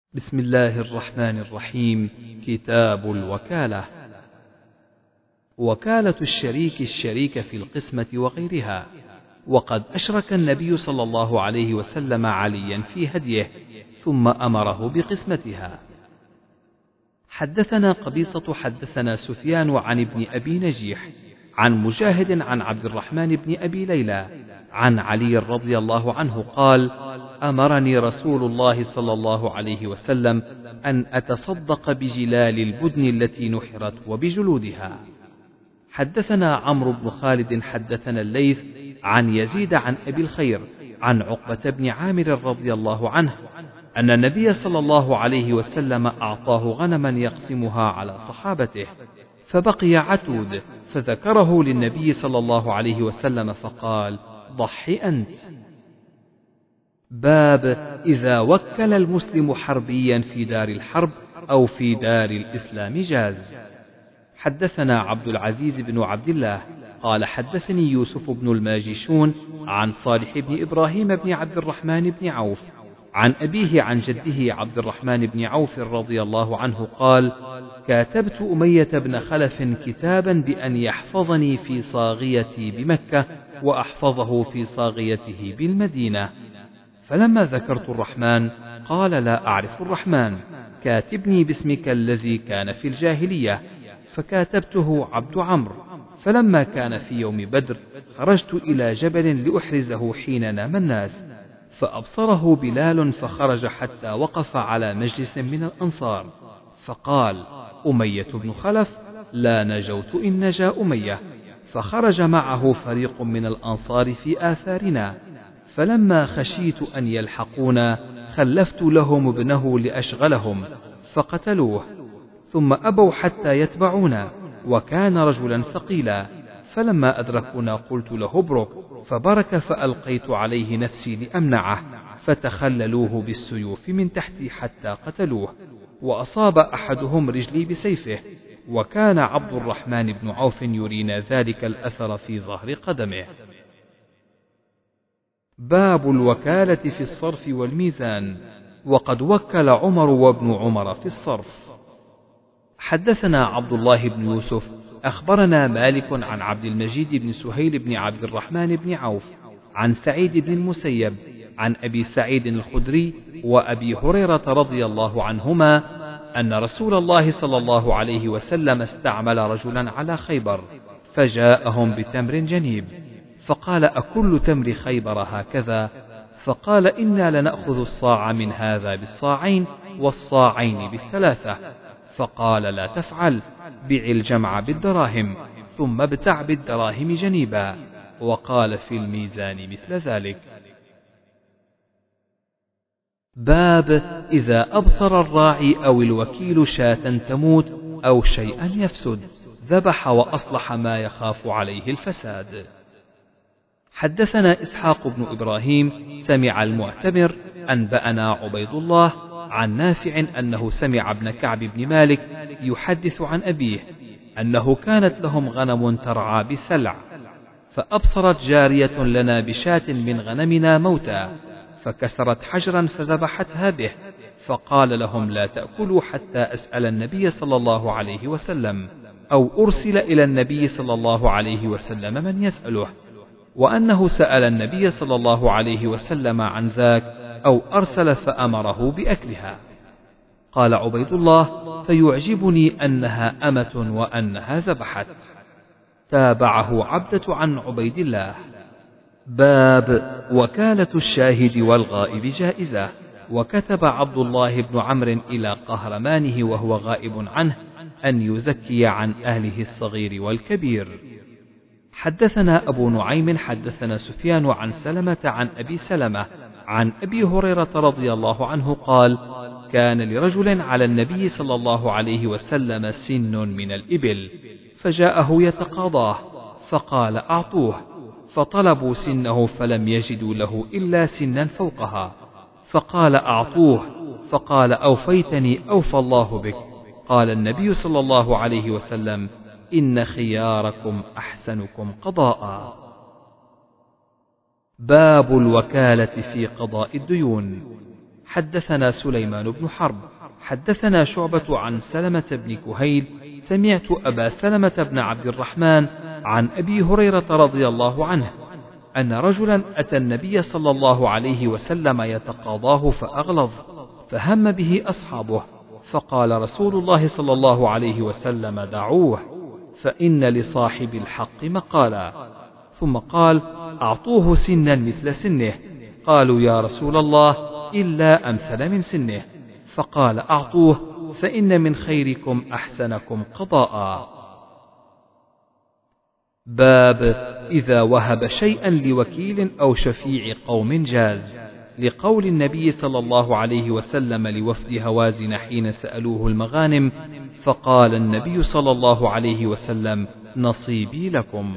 بسم الله الرحمن الرحيم. كتاب الوكالة. وكالة الشريك في القسمة وغيرها. وقد أشرك النبي صلى الله عليه وسلم عليا في هديه ثم أمره بقسمتها. حدثنا قبيصة حدثنا سفيان عن ابن أبي نجيح عن مجاهد عن عبد الرحمن بن أبي ليلى عن علي رضي الله عنه قال: أمرني رسول الله صلى الله عليه وسلم أن أتصدق بجلال البدن التي نحرت وبجلودها. حدثنا عمرو بن خالد حدثنا الليث عن يزيد عن أبي الخير عن عقبة بن عامر رضي الله عنه أن النبي صلى الله عليه وسلم أعطاه غنما يقسمها على صحابته، فبقي عتود، فذكره للنبي صلى الله عليه وسلم فقال: ضح أنت. باب إذا وكل المسلم حربيا في دار الحرب أو في دار الإسلام جاز. حدثنا عبد العزيز بن عبد الله قال حدثني يوسف بن الماجشون عن صالح بن إبراهيم بن عبد الرحمن بن عوف عن أبيه عن جده عبد الرحمن بن عوف رضي الله عنه قال: كاتبت أمية بن خلف كتابا بأن يحفظني في صاغيتي بمكة وأحفظه في صاغيته بالمدينة، فلما ذكرت الرحمن قال: لا أعرف الرحمن، كاتبني باسمك الذي كان في الجاهلية، فكاتبته عبد عمرو. فلما كان في يوم بدر خرجت إلى جبل لأحرزه حين نام الناس، فأبصره بلال فخرج حتى وقف على مجلس من الأنصار، فقال: أمية بن خلف لا نجوت إن نجا أمية، فخرج معه فريق من الأنصار في آثارنا، فلما خشيت أن يلحقونا خلفت لهم ابنه لأشغلهم فقتلوه، ثم أبوا حتى يتبعونا، وكان رجلا ثقيلا، فلما أدركونا قلت له: ابرك، فبرك، فألقيت عليه نفسي لأمنعه، فتخللوه بالسيوف من تحتي حتى قتلوه، وأصاب أحدهم رجلي بسيفه، وكان عبد الرحمن بن عوف يرينا ذلك الأثر في ظهر قدمه. باب الوكالة في الصرف والميزان. وقد وكل عمر وابن عمر في الصرف. حدثنا عبد الله بن يوسف أخبرنا مالك عن عبد المجيد بن سهيل بن عبد الرحمن بن عوف عن سعيد بن المسيب عن أبي سعيد الخدري وأبي هريرة رضي الله عنهما أن رسول الله صلى الله عليه وسلم استعمل رجلا على خيبر، فجاءهم بتمر جنيب، فقال: أكل تمر خيبر هكذا؟ فقال: إنا لنأخذ الصاع من هذا بالصاعين والصاعين بالثلاثة. فقال: لا تفعل، بع الجمع بالدراهم ثم ابتع بالدراهم جنيبا. وقال في الميزان مثل ذلك. باب إذا أبصر الراعي أو الوكيل شاة تموت أو شيئا يفسد ذبح وأصلح ما يخاف عليه الفساد. حدثنا إسحاق بن إبراهيم سمع المعتمر أنبأنا عبيد الله عن نافع أنه سمع ابن كعب بن مالك يحدث عن أبيه أنه كانت لهم غنم ترعى بسلع، فأبصرت جارية لنا بشاة من غنمنا موتى، فكسرت حجرا فذبحتها به، فقال لهم: لا تأكلوا حتى أسأل النبي صلى الله عليه وسلم، أو أرسل إلى النبي صلى الله عليه وسلم من يسأله، وأنه سأل النبي صلى الله عليه وسلم عن ذاك أو أرسل فأمره بأكلها. قال عبيد الله: فيعجبني أنها أمة وأنها ذبحت. تابعه عبدة عن عبيد الله. باب وكالة الشاهد والغائب جائزة. وكتب عبد الله بن عمرو إلى قهرمانه وهو غائب عنه أن يزكي عن أهله الصغير والكبير. حدثنا أبو نعيم حدثنا سفيان عن سلمة عن أبي سلمة عن أبي هريرة رضي الله عنه قال: كان لرجل على النبي صلى الله عليه وسلم سن من الإبل، فجاءه يتقاضاه، فقال: أعطوه، فطلبوا سنه فلم يجدوا له إلا سنا فوقها، فقال: أعطوه، فقال: أوفيتني أوفى الله بك. قال النبي صلى الله عليه وسلم: إن خياركم أحسنكم قضاء. باب الوكالة في قضاء الديون. حدثنا سليمان بن حرب حدثنا شعبة عن سلمة بن كهيل سمعت أبا سلمة بن عبد الرحمن عن أبي هريرة رضي الله عنه أن رجلا أتى النبي صلى الله عليه وسلم يتقاضاه فأغلظ، فهم به أصحابه، فقال رسول الله صلى الله عليه وسلم: دعوه، فإن لصاحب الحق مقالا. ثم قال: أعطوه سنا مثل سنه. قالوا: يا رسول الله، إلا أمثل من سنه. فقال: أعطوه، فإن من خيركم أحسنكم قضاء. باب إذا وهب شيئا لوكيل أو شفيع قوم جاز، لقول النبي صلى الله عليه وسلم لوفد هوازن حين سألوه المغانم، فقال النبي صلى الله عليه وسلم: نصيبي لكم.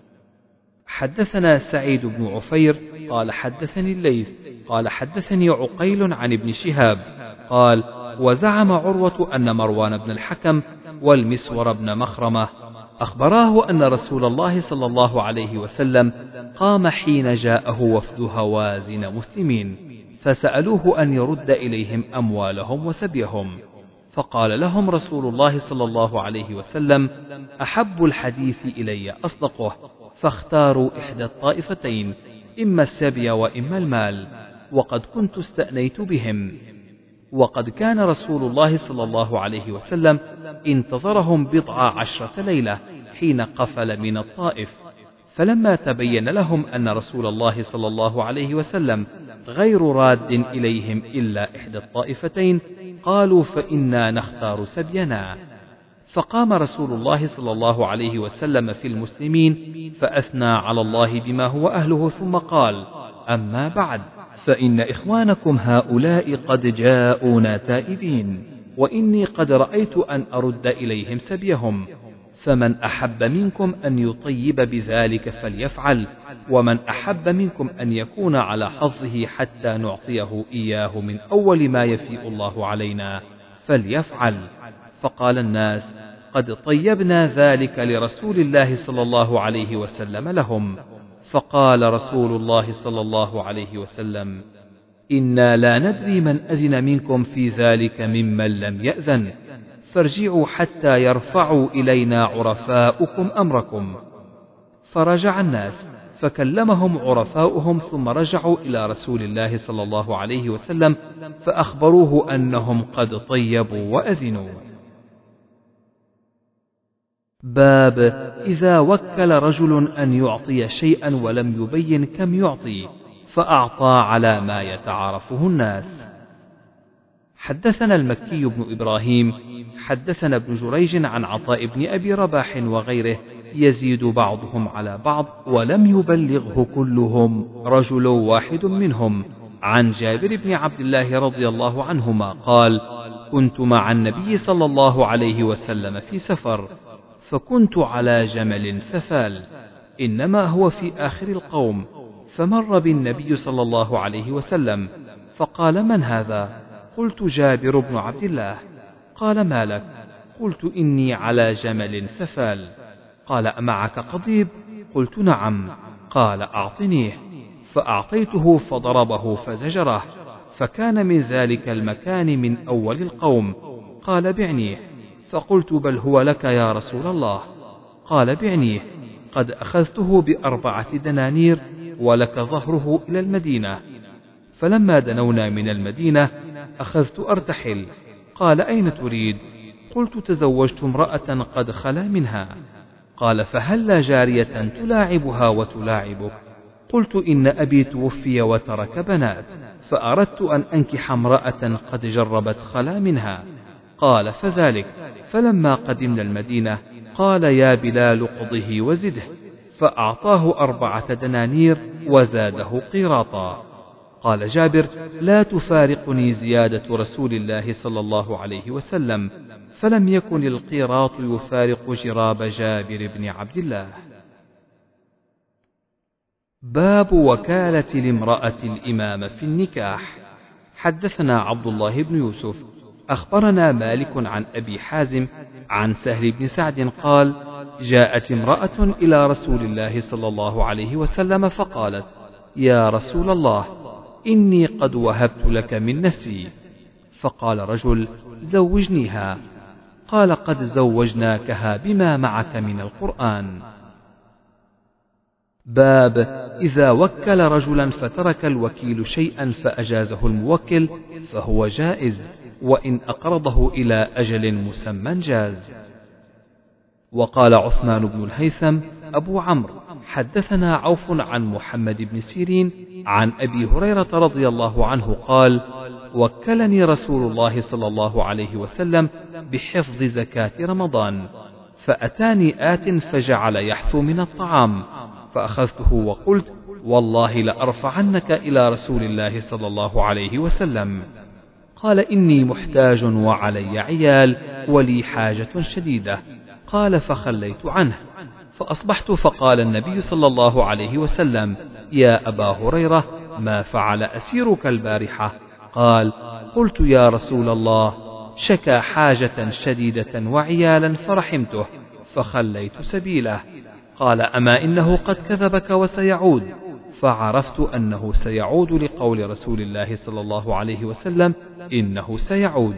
حدثنا سعيد بن عفير قال حدثني الليث قال حدثني عقيل عن ابن شهاب قال: وزعم عروة أن مروان بن الحكم والمسور بن مخرمة أخبراه أن رسول الله صلى الله عليه وسلم قام حين جاءه وفد هوازن مسلمين، فسألوه أن يرد إليهم أموالهم وسبيهم، فقال لهم رسول الله صلى الله عليه وسلم: أحب الحديث إلي أصدقه، فاختاروا إحدى الطائفتين، إما السبي وإما المال، وقد كنت استأنيت بهم. وقد كان رسول الله صلى الله عليه وسلم انتظرهم 14 ليلة حين قفل من الطائف، فلما تبين لهم أن رسول الله صلى الله عليه وسلم غير راد إليهم إلا إحدى الطائفتين، قالوا: فإنا نختار سبينا. فقام رسول الله صلى الله عليه وسلم في المسلمين فأثنى على الله بما هو أهله، ثم قال: أما بعد، فإن إخوانكم هؤلاء قد جاءونا تائبين، وإني قد رأيت أن أرد إليهم سبيهم، فمن أحب منكم أن يطيب بذلك فليفعل، ومن أحب منكم أن يكون على حظه حتى نعطيه إياه من أول ما يفيء الله علينا فليفعل. فقال الناس: قد طيبنا ذلك لرسول الله صلى الله عليه وسلم لهم. فقال رسول الله صلى الله عليه وسلم: إنا لا ندري من أذن منكم في ذلك ممن لم يأذن، فارجعوا حتى يرفعوا إلينا عرفاؤكم أمركم. فرجع الناس فكلمهم عرفاؤهم، ثم رجعوا إلى رسول الله صلى الله عليه وسلم فأخبروه أنهم قد طيبوا وأذنوا. باب إذا وكل رجل أن يعطي شيئا ولم يبين كم يعطي، فأعطى على ما يتعارفه الناس. حدثنا المكي بن إبراهيم حدثنا ابن جريج عن عطاء بن أبي رباح وغيره يزيد بعضهم على بعض، ولم يبلغه كلهم، رجل واحد منهم، عن جابر بن عبد الله رضي الله عنهما قال: كنت مع النبي صلى الله عليه وسلم في سفر، فكنت على جمل ففال، إنما هو في آخر القوم، فمر بالنبي صلى الله عليه وسلم فقال: من هذا؟ قلت: جابر بن عبد الله. قال: ما لك؟ قلت: إني على جمل ففال. قال: أمعك قضيب؟ قلت: نعم. قال: أعطنيه. فأعطيته فضربه فزجره، فكان من ذلك المكان من أول القوم. قال: بعنيه. فقلت: بل هو لك يا رسول الله. قال: بعنيه، قد أخذته ب4 دنانير، ولك ظهره إلى المدينة. فلما دنونا من المدينة أخذت أرتحل. قال: أين تريد؟ قلت: تزوجت امرأة قد خلا منها. قال: فهل جارية تلاعبها وتلاعبك؟ قلت: إن أبي توفي وترك بنات، فأردت أن أنكح امرأة قد جربت خلا منها. قال: فذلك. فلما قدمنا المدينة قال: يا بلال قضه وزده، فأعطاه 4 دنانير وزاده قيراطا. قال جابر: لا تفارقني زيادة رسول الله صلى الله عليه وسلم، فلم يكن القيراط يفارق جراب جابر بن عبد الله. باب وكالة لامرأة الإمام في النكاح. حدثنا عبد الله بن يوسف أخبرنا مالك عن أبي حازم عن سهل بن سعد قال: جاءت امرأة إلى رسول الله صلى الله عليه وسلم فقالت: يا رسول الله، إني قد وهبت لك من نفسي. فقال رجل: زوجنيها. قال: قد زوجناكها بما معك من القرآن. باب إذا وكل رجلا فترك الوكيل شيئا فأجازه الموكل فهو جائز، وإن أقرضه إلى أجل مسمى جاز. وقال عثمان بن الهيثم أبو عمرو: حدثنا عوف عن محمد بن سيرين عن أبي هريرة رضي الله عنه قال: وكلني رسول الله صلى الله عليه وسلم بحفظ زكاة رمضان، فأتاني آت فجعل يحثو من الطعام، فأخذته وقلت: والله لأرفعنك إلى رسول الله صلى الله عليه وسلم. قال: إني محتاج وعلي عيال ولي حاجة شديدة. قال: فخليت عنه، فأصبحت فقال النبي صلى الله عليه وسلم: يا أبا هريرة، ما فعل أسيرك البارحة؟ قال: قلت: يا رسول الله، شكى حاجة شديدة وعيالا فرحمته فخليت سبيله. قال: أما إنه قد كذبك وسيعود. فعرفت أنه سيعود لقول رسول الله صلى الله عليه وسلم: إنه سيعود.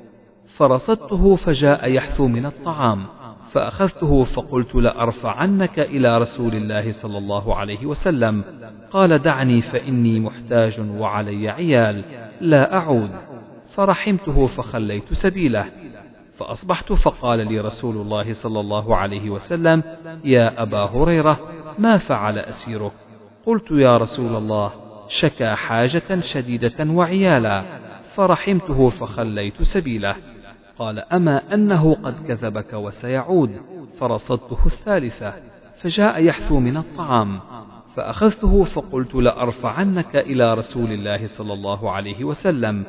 فرصدته فجاء يحثو من الطعام، فأخذته فقلت: لأرفعنك إلى رسول الله صلى الله عليه وسلم. قال: دعني فإني محتاج وعلي عيال، لا أعود. فرحمته فخليت سبيله. فأصبحت فقال لي رسول الله صلى الله عليه وسلم: يا أبا هريرة، ما فعل أسيرك؟ قلت: يا رسول الله، شكى حاجة شديدة وعيالا فرحمته فخليت سبيله. قال: أما أنه قد كذبك وسيعود. فرصدته الثالثة فجاء يحثو من الطعام، فأخذته فقلت: لأرفعنك إلى رسول الله صلى الله عليه وسلم.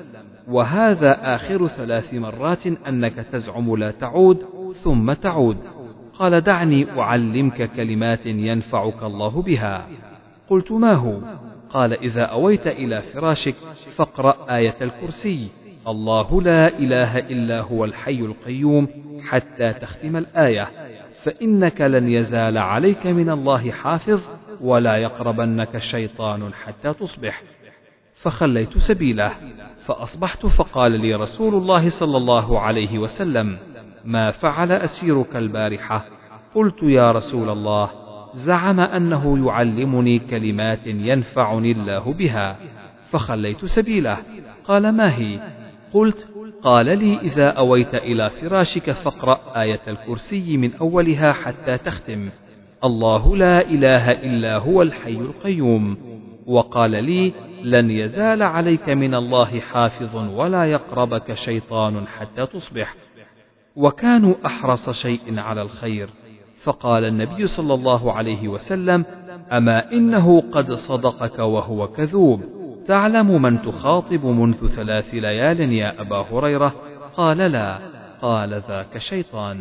وهذا آخر 3 مرات أنك تزعم لا تعود ثم تعود. قال: دعني أعلمك كلمات ينفعك الله بها. قلت: ما هو؟ قال: إذا أويت إلى فراشك فاقرأ آية الكرسي: الله لا إله إلا هو الحي القيوم، حتى تختم الآية، فإنك لن يزال عليك من الله حافظ، ولا يقربنك شيطان حتى تصبح. فخليت سبيله. فأصبحت فقال لي رسول الله صلى الله عليه وسلم: ما فعل أسيرك البارحة؟ قلت: يا رسول الله، زعم أنه يعلمني كلمات ينفعني الله بها. فخليت سبيله. قال: ما هي؟ قلت: قال لي: إذا أويت إلى فراشك فاقرأ آية الكرسي من أولها حتى تختم: الله لا إله إلا هو الحي القيوم. وقال لي: لن يزال عليك من الله حافظ، ولا يقربك شيطان حتى تصبح. وكانوا أحرص شيء على الخير. فقال النبي صلى الله عليه وسلم: أما إنه قد صدقك وهو كذوب. تعلم من تخاطب منذ 3 ليال يا أبا هريرة؟ قال: لا. قال: ذاك شيطان.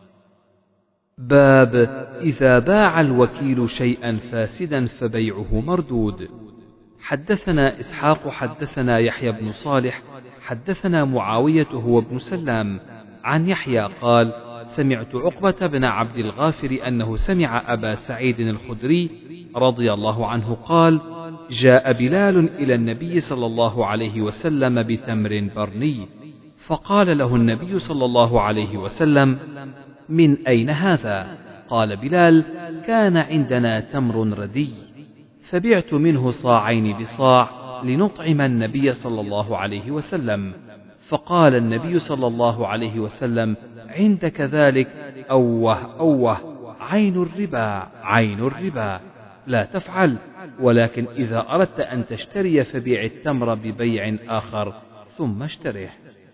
باب إذا باع الوكيل شيئا فاسدا فبيعه مردود. حدثنا إسحاق حدثنا يحيى بن صالح حدثنا معاوية هو ابن سلام عن يحيى قال: سمعت عقبة بن عبد الغافر أنه سمع أبا سعيد الخدري رضي الله عنه قال: جاء بلال إلى النبي صلى الله عليه وسلم بتمر برني، فقال له النبي صلى الله عليه وسلم: من أين هذا؟ قال بلال: كان عندنا تمر ردي، فبعت منه صاعين بصاع لنطعم النبي صلى الله عليه وسلم. فقال النبي صلى الله عليه وسلم: عندك ذلك؟ أوه أوه، عين الربا عين الربا، لا تفعل، ولكن إذا أردت أن تشتري فبيع التمر ببيع آخر ثم اشتره.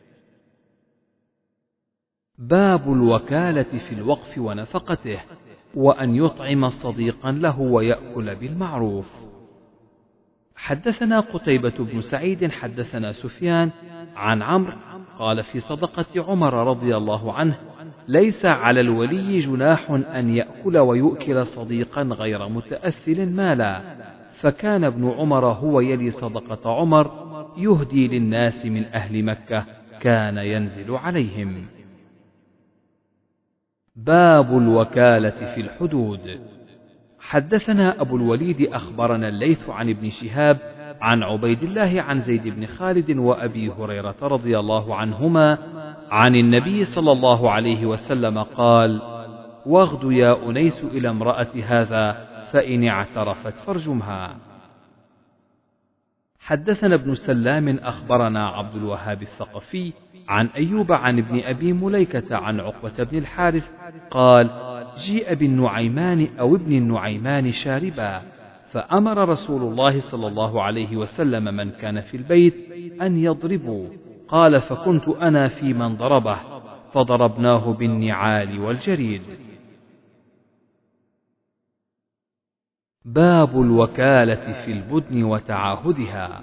باب الوكالة في الوقف ونفقته، وأن يطعم صديقا له ويأكل بالمعروف. حدثنا قتيبة بن سعيد حدثنا سفيان عن عمرو قال: في صدقة عمر رضي الله عنه: ليس على الولي جناح أن يأكل ويؤكل صديقا غير متأثل مالا، فكان ابن عمر هو يلي صدقة عمر يهدي للناس من أهل مكة، كان ينزل عليهم. باب الوكالة في الحدود. حدثنا أبو الوليد أخبرنا الليث عن ابن شهاب عن عبيد الله عن زيد بن خالد وأبي هريرة رضي الله عنهما عن النبي صلى الله عليه وسلم قال: واغد يا أنيس إلى امرأة هذا فإن اعترفت فارجمها. حدثنا ابن سلام أخبرنا عبد الوهاب الثقفي عن أيوب عن ابن أبي مليكة عن عقبة بن الحارث قال: جيء بالنعيمان أو ابن النعيمان شاربا، فأمر رسول الله صلى الله عليه وسلم من كان في البيت أن يضربوا، قال: فكنت أنا في من ضربه، فضربناه بالنعال والجريد. باب الوكالة في البدن وتعاهدها.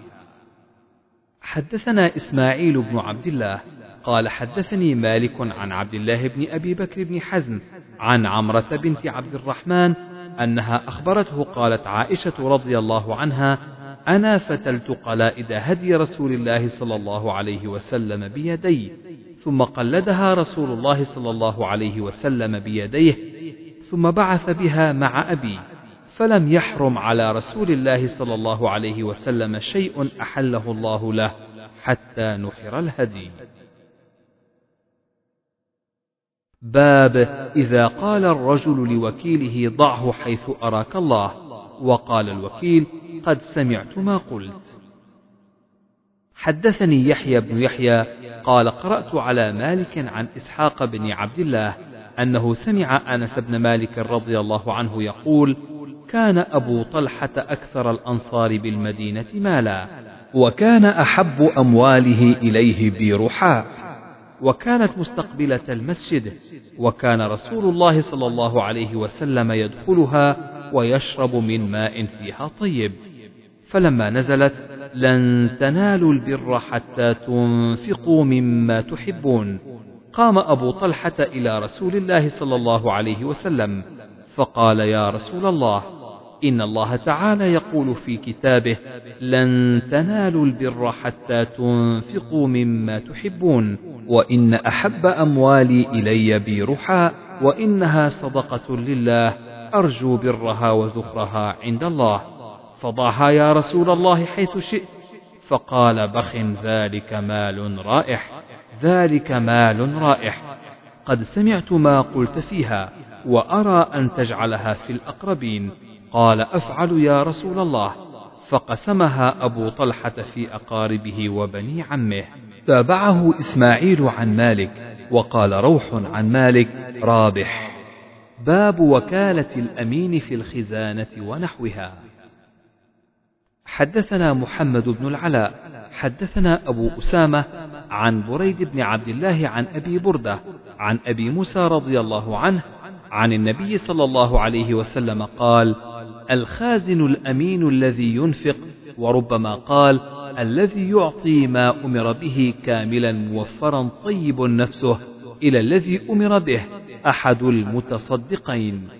حدثنا إسماعيل بن عبد الله قال حدثني مالك عن عبد الله بن أبي بكر بن حزم عن عمرة بنت عبد الرحمن أنها أخبرته قالت عائشة رضي الله عنها: أنا فتلت قلائد هدي رسول الله صلى الله عليه وسلم بيدي، ثم قلدها رسول الله صلى الله عليه وسلم بيديه، ثم بعث بها مع أبي، فلم يحرم على رسول الله صلى الله عليه وسلم شيء أحله الله له حتى نحر الهدي. باب إذا قال الرجل لوكيله: ضعه حيث أراك الله، وقال الوكيل: قد سمعت ما قلت. حدثني يحيى بن يحيى قال قرأت على مالك عن إسحاق بن عبد الله أنه سمع أنس بن مالك رضي الله عنه يقول: كان أبو طلحة أكثر الأنصار بالمدينة مالا، وكان أحب أمواله إليه بيرحاء، وكانت مستقبلة المسجد، وكان رسول الله صلى الله عليه وسلم يدخلها ويشرب من ماء فيها طيب. فلما نزلت: لن تنالوا البر حتى تنفقوا مما تحبون، قام أبو طلحة إلى رسول الله صلى الله عليه وسلم فقال: يا رسول الله، إن الله تعالى يقول في كتابه: لن تنالوا البر حتى تنفقوا مما تحبون، وإن أحب أموالي إلي بيرحاء، وإنها صدقة لله، أرجو برها وذخرها عند الله، فضعها يا رسول الله حيث شئت. فقال: بخ، ذلك مال رائح، ذلك مال رائح، قد سمعت ما قلت فيها، وأرى أن تجعلها في الأقربين. قال: أفعل يا رسول الله. فقسمها أبو طلحة في أقاربه وبني عمه. تابعه إسماعيل عن مالك، وقال روح عن مالك: رابح. باب وكالة الأمين في الخزانة ونحوها. حدثنا محمد بن العلاء حدثنا أبو أسامة عن بريد بن عبد الله عن أبي بردة عن أبي موسى رضي الله عنه عن النبي صلى الله عليه وسلم قال: الخازن الأمين الذي ينفق، وربما قال: الذي يعطي ما أمر به كاملا موفرا طيب نفسه إلى الذي أمر به، أحد المتصدقين.